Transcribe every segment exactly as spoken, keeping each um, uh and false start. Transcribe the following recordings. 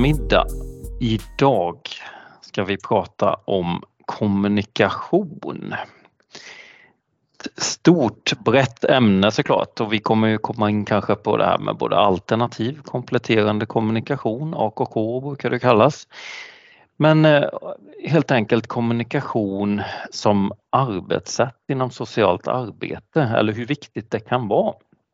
eftermiddag. Idag ska vi prata om kommunikation. Ett stort, brett ämne såklart, och vi kommer ju komma in kanske på det här med både alternativ, kompletterande kommunikation, A K K brukar det kallas. Men eh, helt enkelt kommunikation som arbetssätt inom socialt arbete, eller hur viktigt det kan vara.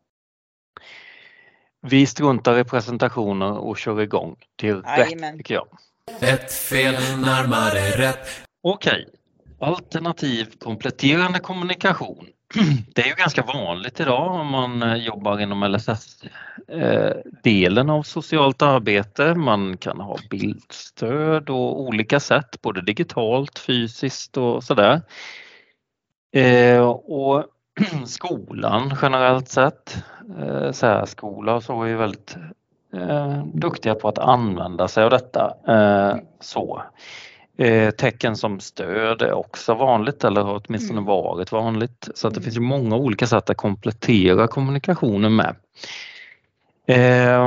Vi struntar i presentationer och kör igång direkt. Jajamän. Tycker jag. Ett fel närmare rätt. Okej, alternativ kompletterande kommunikation. Det är ju ganska vanligt idag om man jobbar inom L S S-delen av socialt arbete. Man kan ha bildstöd och olika sätt, både digitalt, fysiskt och sådär. Och skolan generellt sett, särskola och så är ju väldigt eh, duktiga på att använda sig av detta. Eh, så. Eh, tecken som stöd är också vanligt, eller har åtminstone varit vanligt. Så att det finns ju många olika sätt att komplettera kommunikationen med. Eh,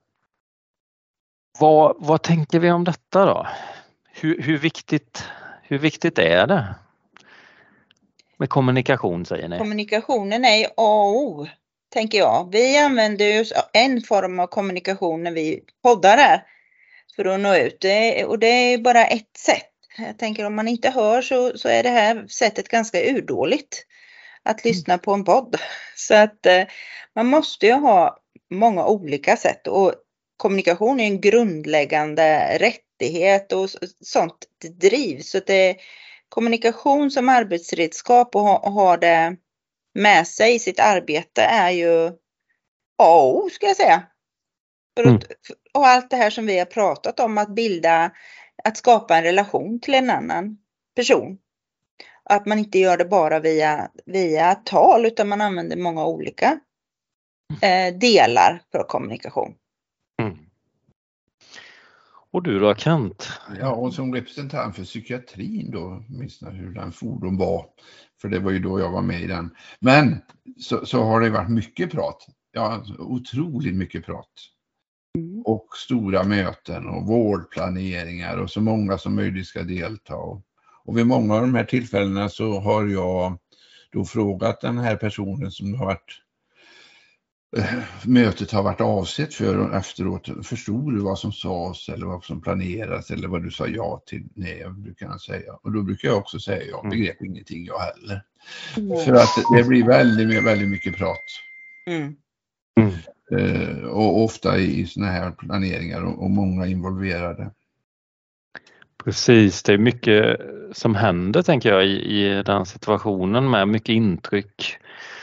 vad, vad tänker vi om detta då? Hur, hur, viktigt, hur viktigt är det med kommunikation, säger ni? Kommunikationen är A och O, tänker jag. Vi använder ju en form av kommunikation när vi poddar här för att nå ut. Det, och det är bara ett sätt. Jag tänker om man inte hör så, så är det här sättet ganska urdåligt att lyssna på en podd. Så att eh, man måste ju ha många olika sätt. Och kommunikation är en grundläggande rättighet och sånt det drivs. Så att det kommunikation som arbetsredskap och ha, ha det med sig i sitt arbete är ju A och O, ska jag säga. För att, och allt det här som vi har pratat om, att bilda, att skapa en relation till en annan person. Att man inte gör det bara via, via tal, utan man använder många olika eh, delar för kommunikation. Mm. Och du då, Kent? Ja, och som representant för psykiatrin då, minns jag hur den fordon var. För det var ju då jag var med i den. Men så, så har det varit mycket prat. Ja, otroligt mycket prat. Mm. Och stora möten och vårdplaneringar och så många som möjligt ska delta. Och, och vid många av de här tillfällena så har jag då frågat den här personen som har varit mötet har varit avsett för och efteråt, förstod du vad som sades eller vad som planeras eller vad du sa ja till? Nej, jag brukar säga. Och då brukar jag också säga jag begrep mm. ingenting jag heller. Mm. För att det blir väldigt, väldigt mycket prat. Mm. Mm. Uh, och ofta i såna här planeringar och, och många involverade. Precis, det är mycket som händer, tänker jag, i, i den situationen med mycket intryck.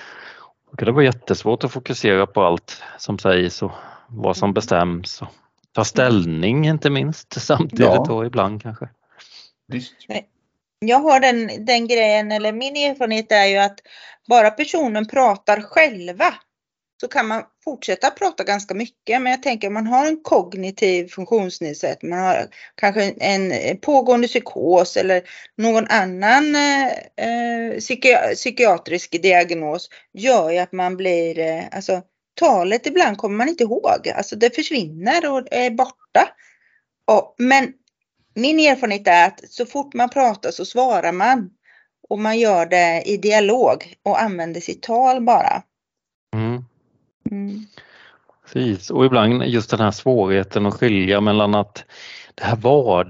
Det var jättesvårt att fokusera på allt som sägs och vad som bestäms och ta ställning inte minst samtidigt ja. Och ibland kanske. Visst. Jag har den, den grejen, eller min erfarenhet är ju att bara personen pratar själva så kan man fortsätta prata ganska mycket. Men jag tänker om man har en kognitiv funktionsnedsättning, man har kanske en pågående psykos eller någon annan eh, psyki- psykiatrisk diagnos, gör ju att man blir, eh, alltså talet ibland kommer man inte ihåg. Alltså det försvinner och är borta. Och, men min erfarenhet är att så fort man pratar så svarar man. Och man gör det i dialog och använder sitt tal bara. Mm. Mm. Precis, och ibland just den här svårigheten att skilja mellan att det här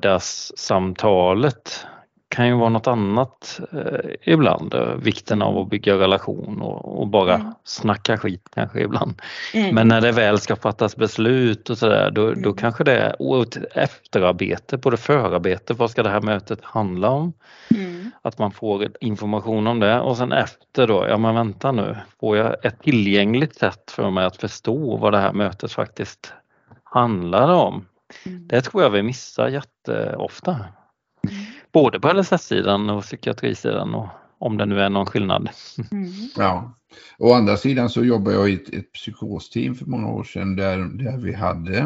vardagssamtalet kan ju vara något annat eh, ibland. Vikten av att bygga relation och, och bara mm. snacka skit kanske ibland. Mm. Men när det väl ska fattas beslut och sådär, då, mm. då kanske det är ett efterarbete, både förarbete, vad ska det här mötet handla om? Mm. Att man får information om det och sen efter då, ja men vänta nu, får jag ett tillgängligt sätt för mig att förstå vad det här mötet faktiskt handlar om? Mm. Det tror jag vi missar jätteofta. Mm. Både på L S S-sidan och psykiatrisidan, och om det nu är någon skillnad. Mm. Ja, å andra sidan så jobbar jag i ett, ett psykosteam för många år sedan där, där vi hade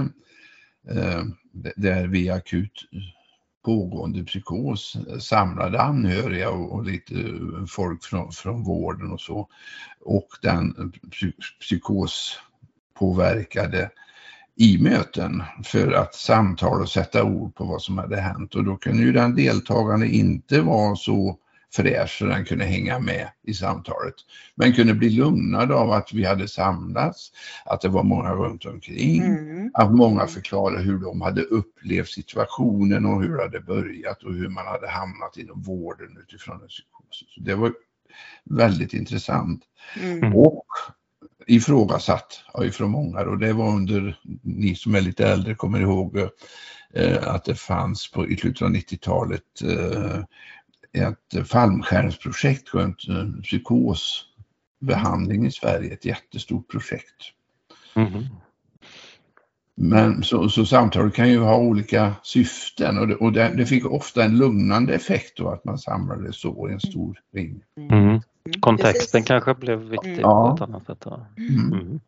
eh, där vi akut pågående psykos samlade anhöriga och, och lite folk från, från vården och så. Och den psykos påverkade i möten för att samtala och sätta ord på vad som hade hänt. Och då kunde ju den deltagande inte vara så fräsch så den kunde hänga med i samtalet. Men kunde bli lugnad av att vi hade samlats, att det var många runt omkring, mm. att många förklarade hur de hade upplevt situationen och hur det hade börjat och hur man hade hamnat inom vården utifrån en psykos. Så det var väldigt intressant. Mm. Och ifrågasatt ja, ifrån många, och det var under, ni som är lite äldre kommer ihåg eh, att det fanns på, i slutet av nittiotalet eh, ett fallskärmsprojekt runt eh, psykosbehandling i Sverige, ett jättestort projekt. Mm. Men så, så samtalet kan ju ha olika syften, och det, och det, det fick ofta en lugnande effekt då att man samlade så i en stor ring. Mm. Kontexten Precis. kanske blev viktig mm. på ett annat sätt. Mm. Mm.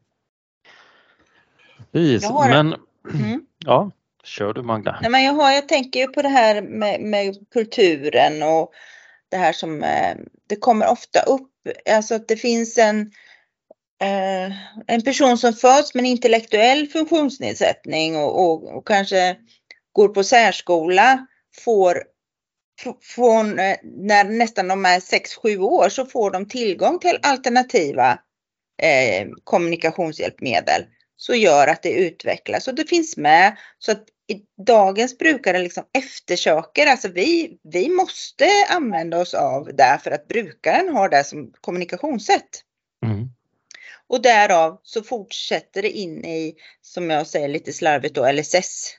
Precis, men mm. ja, kör du Magda. Nej, men jag, har, jag tänker ju på det här med, med kulturen och det här som eh, det kommer ofta upp, alltså att det finns en eh, en person som föds med en intellektuell funktionsnedsättning och, och, och kanske går på särskola, får från när nästan de är sex sju år så får de tillgång till alternativa eh, kommunikationshjälpmedel, så gör att det utvecklas och det finns med, så att i dagens brukare liksom eftersöker, alltså vi, vi måste använda oss av det för att brukaren har det som kommunikationssätt. Mm. Och därav så fortsätter det in i, som jag säger lite slarvigt då, L S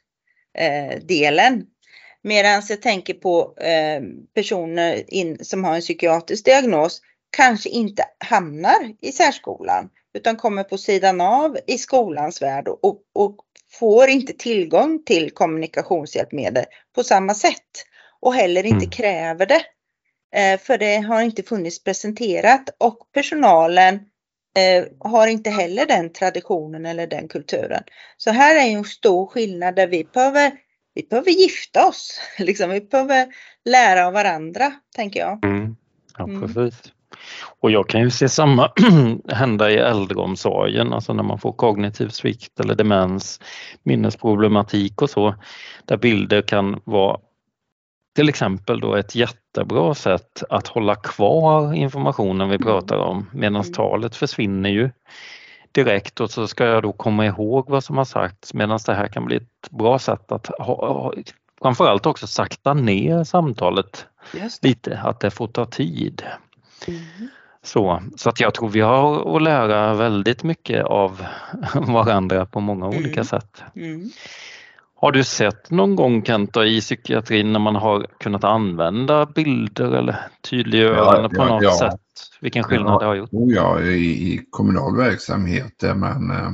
S-delen. Eh, Medan jag tänker på eh, personer in, som har en psykiatrisk diagnos kanske inte hamnar i särskolan utan kommer på sidan av i skolans värld och, och får inte tillgång till kommunikationshjälpmedel på samma sätt och heller inte mm. kräver det. Eh, för det har inte funnits presenterat och personalen eh, har inte heller den traditionen eller den kulturen. Så här är en stor skillnad där vi behöver Vi behöver gifta oss, liksom. Vi behöver lära av varandra, tänker jag. Mm. Ja, precis. Mm. Och jag kan ju se samma hända i äldreomsorgen, alltså när man får kognitiv svikt eller demens, minnesproblematik och så, där bilder kan vara till exempel då ett jättebra sätt att hålla kvar informationen vi pratar om, medan mm. talet försvinner ju direkt och så ska jag då komma ihåg vad som har sagts, medan det här kan bli ett bra sätt att ha, framförallt också sakta ner samtalet lite, att det får ta tid. Mm. Så, så att jag tror vi har att lära väldigt mycket av varandra på många mm. olika sätt. Mm. Har du sett någon gång, Kenta, i psykiatrin när man har kunnat använda bilder eller tydliggörande ja, på något ja. sätt? Vilken skillnad ja, det har gjort? Ja, i, i kommunal verksamhet där man eh,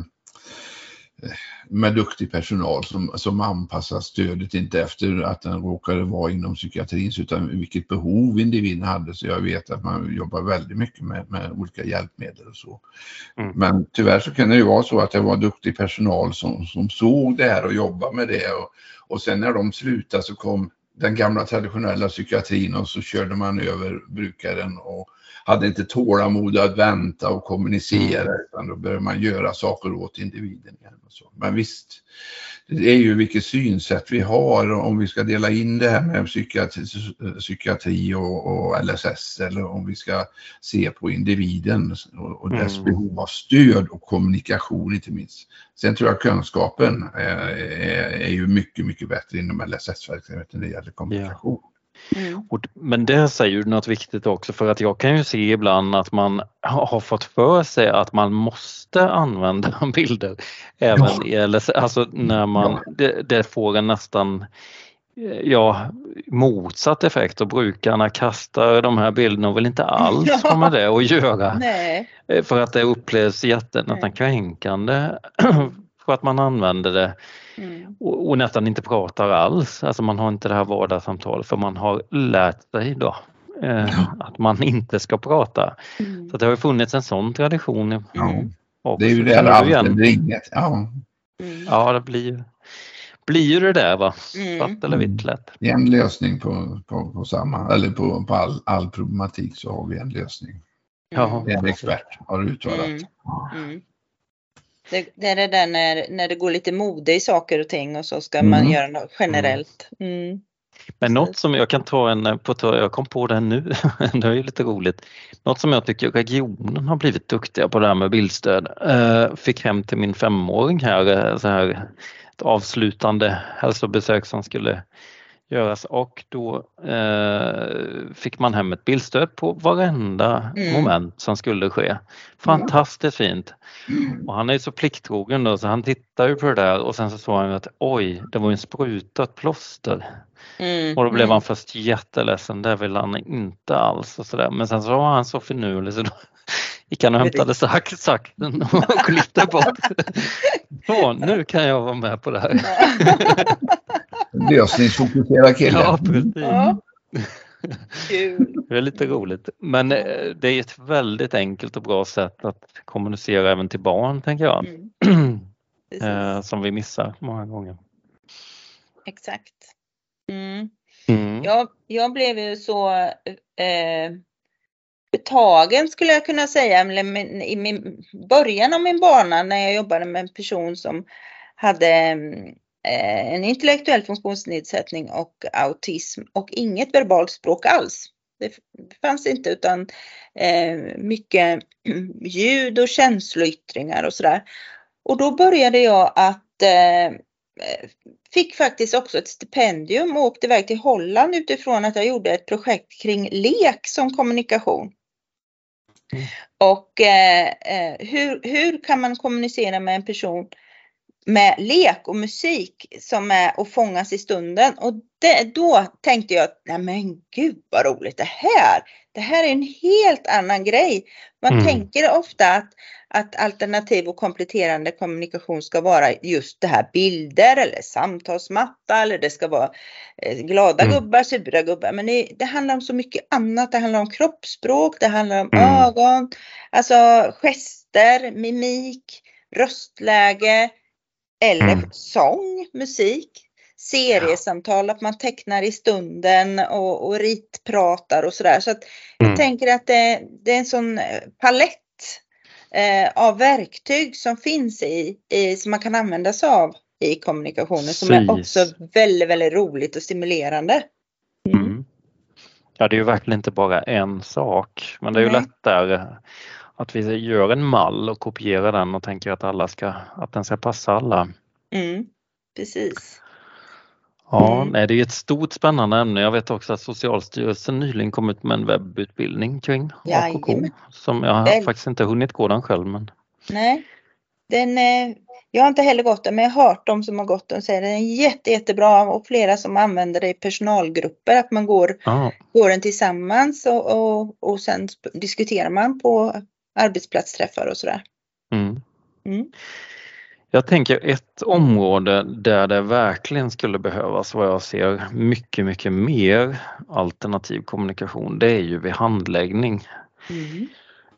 med duktig personal som, som anpassar stödet inte efter att den råkade vara inom psykiatrin utan vilket behov individen hade. Så jag vet att man jobbar väldigt mycket med, med olika hjälpmedel och så. Mm. Men tyvärr så kan det ju vara så att det var duktig personal som, som såg det här och jobbade med det. Och, och sen när de slutade så kom den gamla traditionella psykiatrin och så körde man över brukaren och hade inte tålamod att vänta och kommunicera, mm. utan då börjar man göra saker åt individen igen och så. Men visst, det är ju vilket synsätt vi har om vi ska dela in det här med psykiatri, psykiatri och, och L S S, eller om vi ska se på individen och, och dess mm. behov av stöd och kommunikation inte minst. Sen tror jag kunskapen är, är, är ju mycket, mycket bättre inom L S S-verksamheten när det gäller kommunikation. Yeah. Mm. Och, men det säger ju något viktigt också, för att jag kan ju se ibland att man har fått för sig att man måste använda bilder även ja. i L S S, alltså när man ja. det, det får en nästan ja, motsatt effekt och brukarna kastar de här bilderna och vill inte alls ja. med det att göra. Nej. För att det upplevs jättenästan kränkande för att man använder det. Mm. Och, och nästan inte pratar alls. Alltså man har inte det här vardagssamtalet för man har lärt sig då eh, ja. att man inte ska prata. Mm. Så det har ju funnits en sån tradition. Ja. Också. Det är ju det allt eller inget. Ja. Mm. Ja, det blir, blir ju det där va? Mm. Svart eller vitt lätt. Det är en lösning på, på, på samma, eller på, på all, all problematik så har vi en lösning. Ja. Det är en expert har uttalat. Mm. Mm. Det, det är det där när, när det går lite mode i saker och ting och så ska Mm. man göra något generellt. Mm. Men något som jag kan ta en på, jag kom på det nu, det är ju lite roligt. Något som jag tycker regionen har blivit duktiga på det här med bildstöd. Uh, fick hem till min femåring här, så här ett avslutande hälsobesök som skulle göras och då uh, fick man hem ett bildstöd på varenda mm. moment som skulle ske. Fantastiskt mm. fint. Och han är ju så plikttrogen då, så han tittar ju på det där och sen så såg han att oj, det var en spruta, ett plåster. Mm, och då blev mm. han först jätteledsen, det vill han inte alls och sådär. Men sen så var han så finurlig så då gick han och hämtade sak, sakten och klippte bort. Så, nu kan jag vara med på det här. Lösningsfokuserad kille. Ja, precis. Ja. Det är lite roligt. Men det är ett väldigt enkelt och bra sätt att kommunicera även till barn, tänker jag. Mm. Som vi missar många gånger. Exakt. Mm. Mm. Jag, jag blev ju så eh, betagen skulle jag kunna säga i min, början av min bana när jag jobbade med en person som hade eh, en intellektuell funktionsnedsättning och autism och inget verbalt språk alls. Det fanns inte utan eh, mycket ljud och känsloyttringar och sådär. Och då började jag att eh, fick faktiskt också ett stipendium och åkte iväg till Holland utifrån att jag gjorde ett projekt kring lek som kommunikation. Mm. Och eh, hur, hur kan man kommunicera med en person med lek och musik som är att fångas i stunden? Och det, då tänkte jag, nej men gud vad roligt det här. Det här är en helt annan grej. Man mm. tänker ofta att, att alternativ och kompletterande kommunikation ska vara just det här bilder eller samtalsmatta eller det ska vara glada mm. gubbar, sura gubbar. Men det, det handlar om så mycket annat. Det handlar om kroppsspråk, det handlar om mm. ögon, alltså gester, mimik, röstläge eller mm. sång, musik. Seriesamtal, att man tecknar i stunden och, och ritpratar och sådär. Så att jag mm. tänker att det, det är en sån palett eh, av verktyg som finns i, i, som man kan använda sig av i kommunikationen. Som Precis. Är också väldigt, väldigt roligt och stimulerande. Mm. Mm. Ja, det är ju verkligen inte bara en sak. Men det är ju Nej. lätt där att vi gör en mall och kopierar den och tänker att alla ska, att den ska passa alla. Mm. Precis. Ja, mm. nej, det är ett stort spännande ämne. Jag vet också att Socialstyrelsen nyligen kommit med en webbutbildning kring A K K. Som jag har Väl... faktiskt inte hunnit gå den själv. Men... Nej, den, jag har inte heller gått den, men jag har hört dem som har gått den säger att den är jätte, jättebra och flera som använder det i personalgrupper. Att man går, ah. går den tillsammans och, och, och sen diskuterar man på arbetsplatsträffar och sådär. Mm. Mm. Jag tänker ett område där det verkligen skulle behövas vad jag ser mycket, mycket mer alternativ kommunikation. Det är ju vid handläggning. Mm.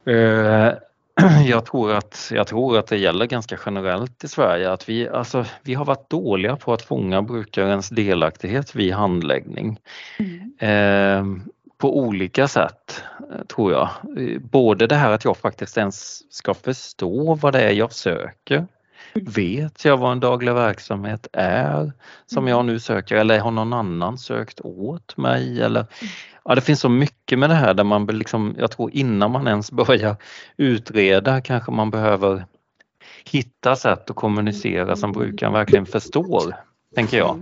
Jag tror att, jag tror att det gäller ganska generellt i Sverige att vi, alltså, vi har varit dåliga på att fånga brukarens delaktighet vid handläggning. Mm. Eh, på olika sätt tror jag. Både det här att jag faktiskt ens ska förstå vad det är jag söker. Vet jag vad en daglig verksamhet är som jag nu söker eller har någon annan sökt åt mig eller ja, det finns så mycket med det här där man liksom, jag tror innan man ens börjar utreda kanske man behöver hitta sätt att kommunicera som brukaren verkligen förstår, tänker jag.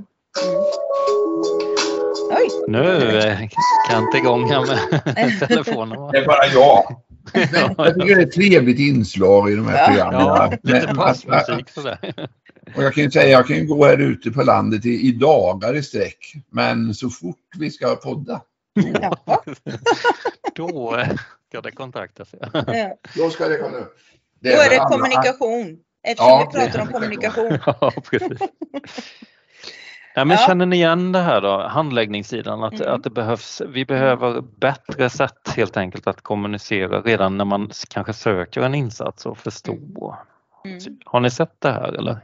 Oj. Nu kan jag inte igång här med telefonen. Det är bara jag. Jag tycker det är ett trevligt inslag i de här programmen. Ja, lite passmusik sådär. Och jag kan ju säga, jag kan ju gå här ute på landet i, i dagar i sträck. Men så fort vi ska podda. Ja. Då ska det kontaktas. Ja. Då ska det komma. Då är det kommunikation. Eftersom ja, vi pratar om kommunikation. Ja, precis. Ja, men ja. Känner ni igen det här då, handläggningssidan, att, mm. att det behövs, vi behöver bättre sätt helt enkelt att kommunicera redan när man kanske söker en insats och förstå. Mm. Har ni sett det här eller?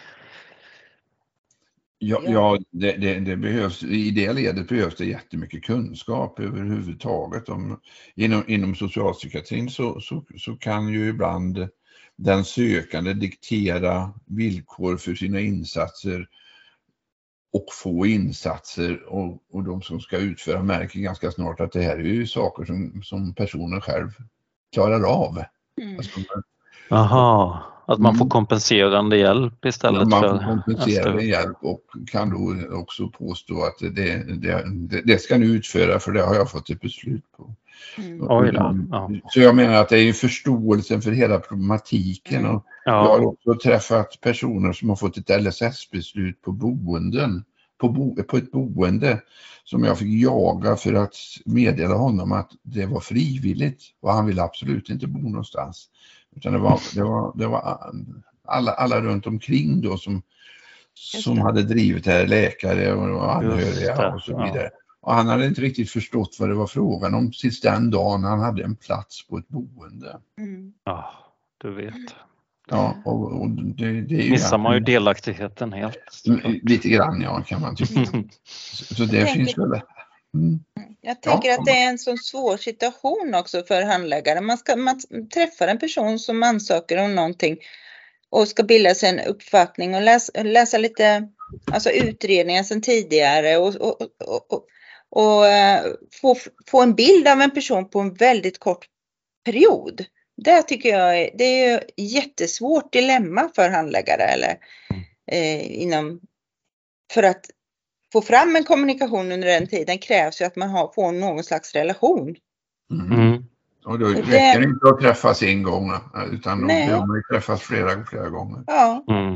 Ja, ja det, det, det behövs, i det ledet behövs det jättemycket kunskap överhuvudtaget. Om, inom, inom socialpsykiatrin så, så, så kan ju ibland den sökande diktera villkor för sina insatser och få insatser, och, och de som ska utföra märker ganska snart att det här är ju saker som, som personen själv klarar av. Mm. Alltså, Aha, att man får Mm. kompenserande hjälp istället man för får kompenserande hjälp och kan då också påstå att det, det, det, det ska nu utföra, för det har jag fått ett beslut på. Mm. Oj då, ja. Så jag menar att det är ju förståelsen för hela problematiken. Mm. Och Ja. jag har också träffat personer som har fått ett L S S-beslut på boenden, på, bo, på ett boende som jag fick jaga för att meddela honom att det var frivilligt och han ville absolut inte bo någonstans. Utan det var, det var, det var alla, alla runt omkring då som, som hade drivit det här, läkare och anhöriga och så vidare. Ja. Och han hade inte riktigt förstått vad det var frågan om tills den dagen han hade en plats på ett boende. Mm. Ja, du vet. Ja, och, och det, det är missar man ju delaktigheten helt. Lite grann, ja, kan man tycka. Mm. Så, så det jag finns tänker, väl. Mm. Jag tänker Ja, att det är en så svår situation också för handläggare. Man ska man träffar en person som ansöker om någonting och ska bilda sig en uppfattning och läsa, läsa lite, alltså utredningar sedan tidigare och, och, och, och, och få, få en bild av en person på en väldigt kort period. Det tycker jag är, det är ett jättesvårt dilemma för handläggare eller eh, inom, för att få fram en kommunikation under den tiden krävs ju att man har, får någon slags relation. Mm. Mm. Och då räcker det inte att träffas en gång, utan då behöver man ju träffas flera, flera gånger. Ja. Mm.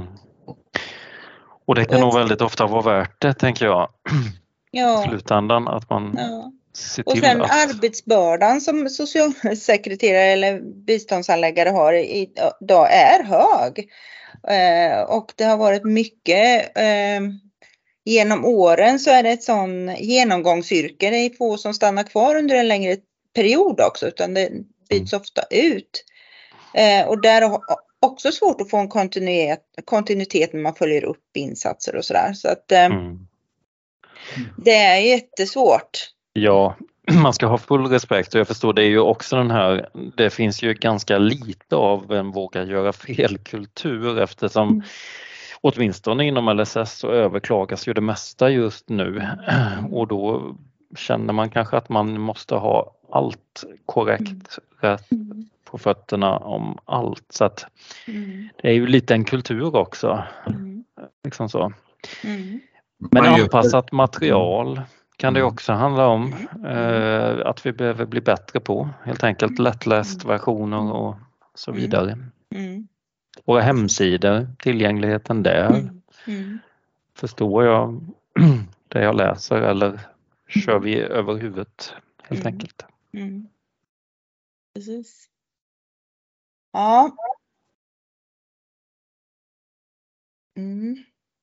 Och det kan nog väldigt ofta vara värt det, tänker jag. Ja. I slutändan att man ja. ser till och sen att... arbetsbördan som socialsekreterare eller biståndsanläggare har idag är hög. Eh, och det har varit mycket... Eh, genom åren så är det ett sån genomgångsyrke. Det är få som stannar kvar under en längre period också, utan det byts mm. ofta ut. Eh, och där är också svårt att få en kontinuitet, kontinuitet när man följer upp insatser och sådär. Så att eh, mm. det är jättesvårt. Ja, man ska ha full respekt, och jag förstår det är ju också den här, det finns ju ganska lite av en våga göra fel-kultur, eftersom mm. åtminstone inom L S S så överklagas ju det mesta just nu, och då känner man kanske att man måste ha allt korrekt rätt på fötterna om allt, så att mm. det är ju lite en kultur också. Mm. Liksom så. Mm. Men anpassat material kan det också handla om eh, att vi behöver bli bättre på, helt enkelt lättläst versioner och så vidare. Mm. Våra hemsidor, tillgängligheten där. Mm. Mm. Förstår jag det jag läser, eller kör vi över huvudet helt mm. enkelt? Mm. Precis. Ja. Mm.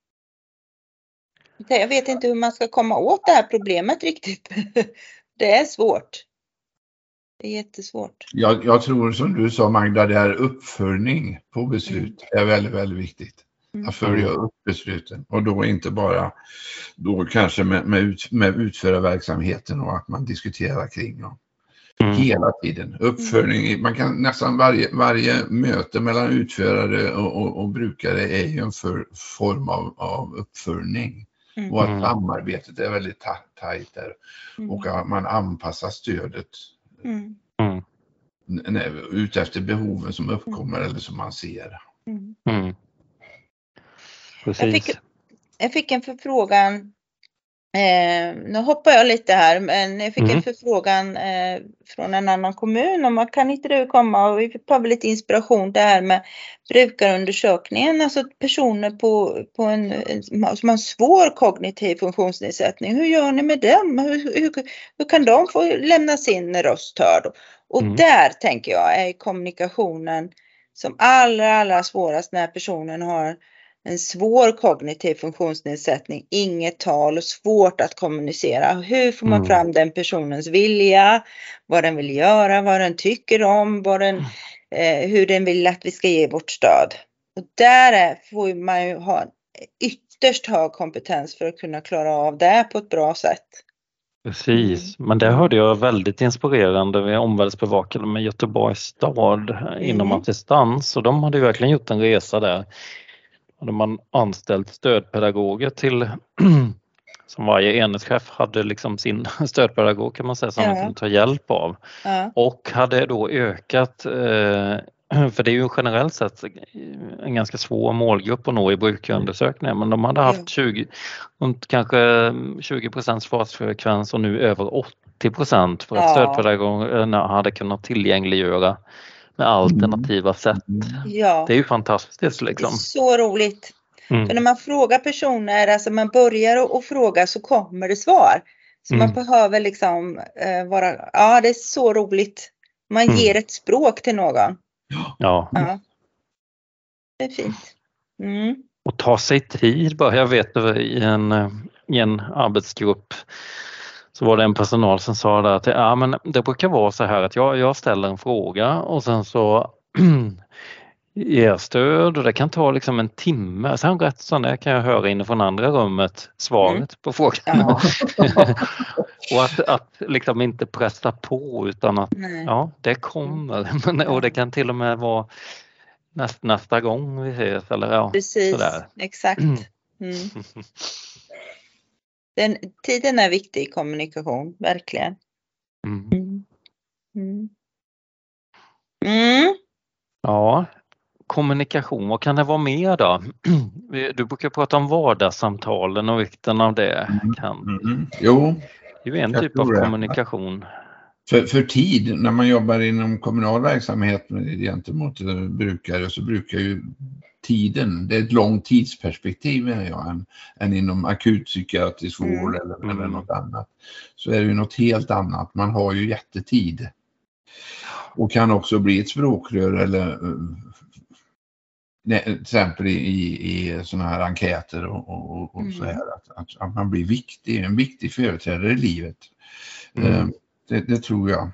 Jag vet inte hur man ska komma åt det här problemet riktigt. Det är svårt. Det är jättesvårt. Jag, jag tror som du sa, Magda, det är uppföljning på beslut. Det är väldigt, väldigt viktigt. Mm. Att följa upp besluten. Och då inte bara då kanske med, med, ut, med utförarverksamheten och att man diskuterar kring. Och mm. hela tiden. Uppföljning. Man kan nästan varje, varje möte mellan utförare och, och, och brukare är ju en för, form av, av uppföljning. Mm. Och att samarbetet är väldigt tajt där. Mm. Och att man anpassar stödet mm. Mm. ut efter behoven som uppkommer mm. eller som man ser. Mm. Mm. Jag, fick, jag fick en förfrågan, eh, nu hoppar jag lite här, men jag fick mm. en förfrågan eh, från en annan kommun om att kan inte du komma, och vi fick lite inspiration det här med brukarundersökningen, alltså personer på, på en, en, som har svår kognitiv funktionsnedsättning. Hur gör ni med dem? Hur, hur, hur kan de få lämna sin röst hörd? Och mm. där tänker jag är kommunikationen som allra, allra svårast när personen har en svår kognitiv funktionsnedsättning, inget tal och svårt att kommunicera. Hur får man mm. fram den personens vilja, vad den vill göra, vad den tycker om, vad den, eh, hur den vill att vi ska ge vårt stöd. Och där är, får man ju ha ytterst hög kompetens för att kunna klara av det på ett bra sätt. Precis, men det hörde jag väldigt inspirerande. Vi omvärldsbevakade med Göteborgs stad mm. inom assistans och de hade ju verkligen gjort en resa där. Hade man anställt stödpedagoger till som varje enhetschef hade liksom sin stödpedagog kan man säga som ja. man kunde ta hjälp av. Ja. Och hade då ökat, eh, för det är ju generellt sett en ganska svår målgrupp att nå i brukarundersökningar, men de hade haft tjugo, kanske tjugo procent svarsfrekvens och nu över åttio procent för att ja. stödpedagogerna hade kunnat tillgängliggöra med alternativa mm. sätt. Ja. Det är ju fantastiskt liksom. Det är så roligt. Mm. För när man frågar personer, alltså man börjar och fråga så kommer det svar. Så mm. man behöver liksom eh, vara, ja det är så roligt. Man mm. ger ett språk till någon. Ja. ja. Det är fint. Mm. Och ta sig tid bara. Jag vet i en, i en arbetsgrupp så var det en personal som sa där att ja, men det brukar vara så här att jag, jag ställer en fråga och sen så ger stöd och det kan ta liksom en timme. Sen rätt så där kan jag höra in från andra rummet svaret mm. på frågan. Ja. Och att, att liksom inte pressa på utan att Nej. ja, det kommer. Men, och det kan till och med vara näst, nästa gång vi ses. Eller, ja, Precis, sådär. exakt. Mm. Den, tiden är viktig i kommunikation, verkligen. Mm. Mm. Mm. Mm. Ja, kommunikation, vad kan det vara mer då? Du brukar prata om vardagssamtalen och vikten av det. Kan. Mm. Jo. Det är ju en typ av kommunikation. För, för tid, när man jobbar inom kommunal verksamhet gentemot brukare så brukar ju tiden, det är ett långt tidsperspektiv menar jag, än, än inom akutpsykiatrisk vård mm. eller, eller Mm. något annat. Så är det ju något helt annat, man har ju jättetid. Och kan också bli ett språkrör eller till exempel i, i, i sådana här enkäter och, och, och mm. så här att, att, att man blir viktig, en viktig företrädare i livet. Mm. Det, det tror jag.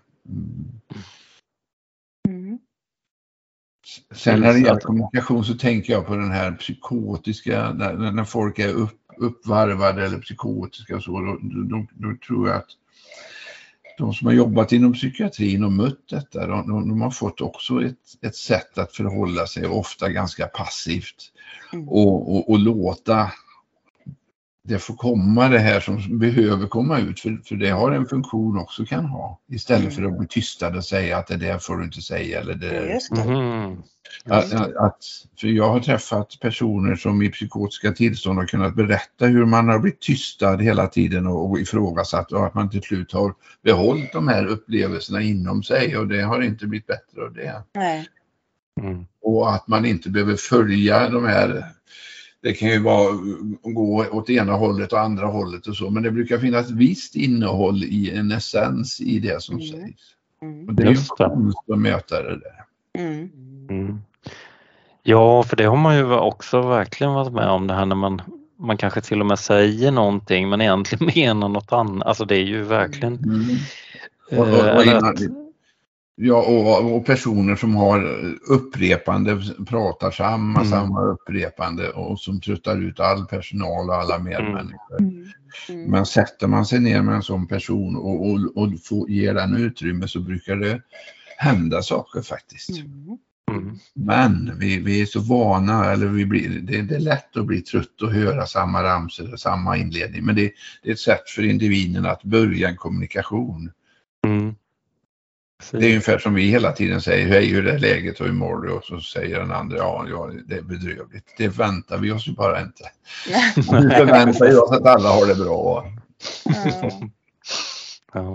Mm. Sen när det gäller kommunikation så tänker jag på den här psykotiska, när, när folk är upp, uppvarvade eller psykotiska och så, då, då, då tror jag att de som har jobbat inom psykiatrin och mött detta, de, de har fått också ett, ett sätt att förhålla sig, ofta ganska passivt mm. och, och, och låta det får komma det här som behöver komma ut, för, för det har en funktion också kan ha, istället mm. för att bli tystad och säga att det där får du inte säga eller det, Just det. Mm. Att, att, för jag har träffat personer som i psykotiska tillstånd har kunnat berätta hur man har blivit tystad hela tiden och, och ifrågasatt och att man till slut har behållit de här upplevelserna inom sig och det har inte blivit bättre av det. Nej. Mm. Och att man inte behöver följa de här, det kan ju vara gå åt ena hållet och andra hållet och så, men det brukar finnas ett visst innehåll i en essens i det som mm. sägs. Mm. Och det är ju konst att möta det där. Mm. Mm. Ja, för det har man ju också verkligen varit med om det här när man, man kanske till och med säger någonting men egentligen menar något annat. Alltså det är ju verkligen... Mm. Och, och, och innan, ja, och, och personer som har upprepande, pratar samma, mm. samma upprepande och som tröttar ut all personal och alla medmänniskor. Mm. Mm. Men sätter man sig ner med en sån person och, och, och får, ger den utrymme så brukar det hända saker faktiskt. Mm. Mm. Men vi, vi är så vana, eller vi blir, det, det är lätt att bli trött och höra samma ramsor och samma inledning. Men det, det är ett sätt för individen att börja en kommunikation. Mm. Det är ungefär som vi hela tiden säger, hej hur är läget och hur mår du? Och så säger den andra, ja, ja det är bedrövligt. Det väntar vi oss ju bara inte. Vi förväntar ju oss att alla har det bra. Mm. Ja.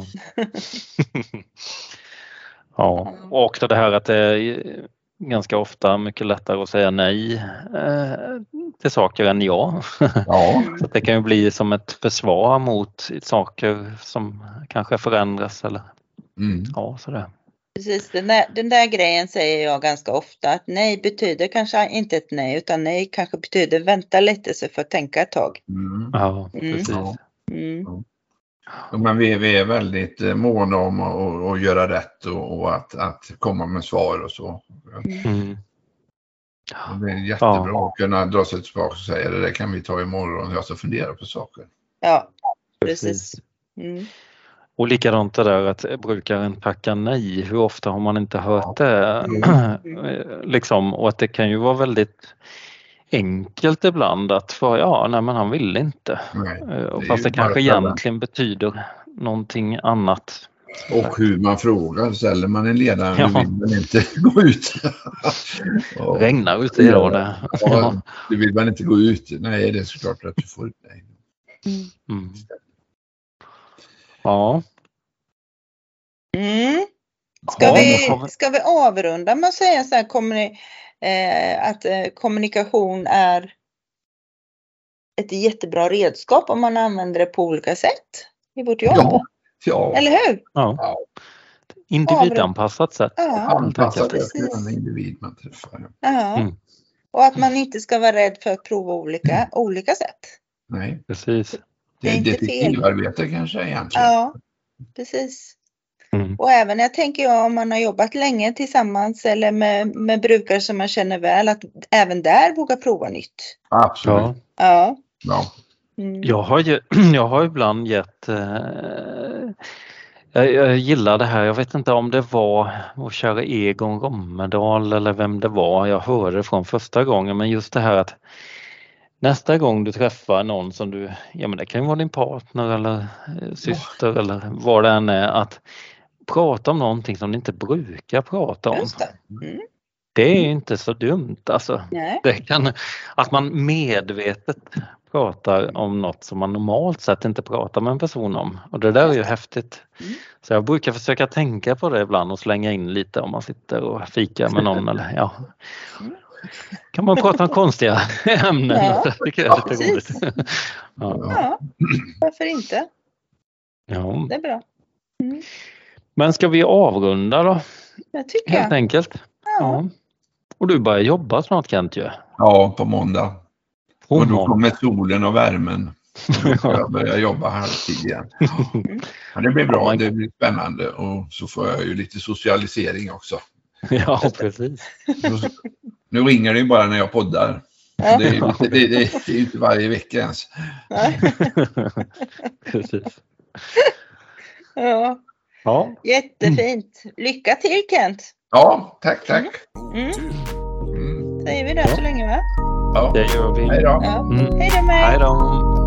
Ja, och det här att det är ganska ofta mycket lättare att säga nej eh, till saker än ja. Ja. Så att det kan ju bli som ett försvar mot saker som kanske förändras eller Mm. ja, sådär. Precis, den där, den där grejen säger jag ganska ofta, att nej betyder kanske inte ett nej, utan nej kanske betyder vänta lite så för att tänka ett tag. Mm. Ja, precis. Ja. Mm. Ja, men vi, vi är väldigt måna om att, att göra rätt och, och att, att komma med svar och så. Mm. Det är jättebra ja. Att kunna dra sig tillbaka och säga det där kan vi ta imorgon, jag ska fundera på saker. Ja, precis. Mm. Och likadant det där att brukaren tackar nej. Hur ofta har man inte hört det? Mm. liksom, och att det kan ju vara väldigt enkelt ibland att för, ja, nej men han vill inte. Nej, det fast det kanske egentligen betyder någonting annat. Och hur man frågar, ställer man en ledare ja. vill man inte gå ut. och, regnar ute idag det. Ja, du vill man inte gå ut. Nej, det är såklart att du får ut nej. Mm. Ja. Mm. Ska, vi, ska vi avrunda med att säga så här, kommuni- eh, att eh, kommunikation är ett jättebra redskap om man använder det på olika sätt i vårt jobb? Ja. Ja. Eller hur? Ja. Individanpassat sätt. Ja, anpassat efter den individ man träffar. Ja. Mm. Och att man inte ska vara rädd för att prova olika, mm. olika sätt. Nej, precis. Det, det är detektivarbete kanske egentligen. Ja, precis. Mm. Och även jag tänker jag om man har jobbat länge tillsammans eller med, med brukare som man känner väl, att även där våga prova nytt. Absolut. Ja. Ja. Ja. Mm. Jag har ju, jag har ibland gett eh, jag, jag gillar det här, jag vet inte om det var vår kära Egon Rommedal eller vem det var jag hörde från första gången, men just det här att nästa gång du träffar någon som du, ja men det kan ju vara din partner eller syster oh. eller vad det än är, att prata om någonting som du inte brukar prata om. Just det. Mm. Det är ju inte så dumt alltså. Nej. Det kan, att man medvetet pratar om något som man normalt sett inte pratar med en person om. Och det där är ju häftigt. Mm. Så jag brukar försöka tänka på det ibland och slänga in lite om man sitter och fikar med någon eller ja. Kan man prata om konstiga ämnen? Ja, det tycker jag är lite roligt. Ja. Ja, varför inte? Ja. Det är bra. Mm. Men ska vi avrunda då? Jag tycker Helt jag. enkelt. Ja. Ja. Och du börjar jobba snart, Kent ju. Ja, på måndag. På och då måndag. kommer solen och värmen. Då ska jag börja jobba halvtid igen. Ja, det blir bra, det blir spännande. Och så får jag ju lite socialisering också. Ja, precis. Nu ringer det ju bara när jag poddar. Ja. Det är ju inte, det, det, det är inte varje vecka ens. Precis. Ja. Ja. Jättefint. Lycka till, Kent. Ja, tack, tack. Mm. Mm. Säger vi det ja. så länge, va? Ja, det gör vi. Hej då. Ja. Mm. Hej då med. Hej då.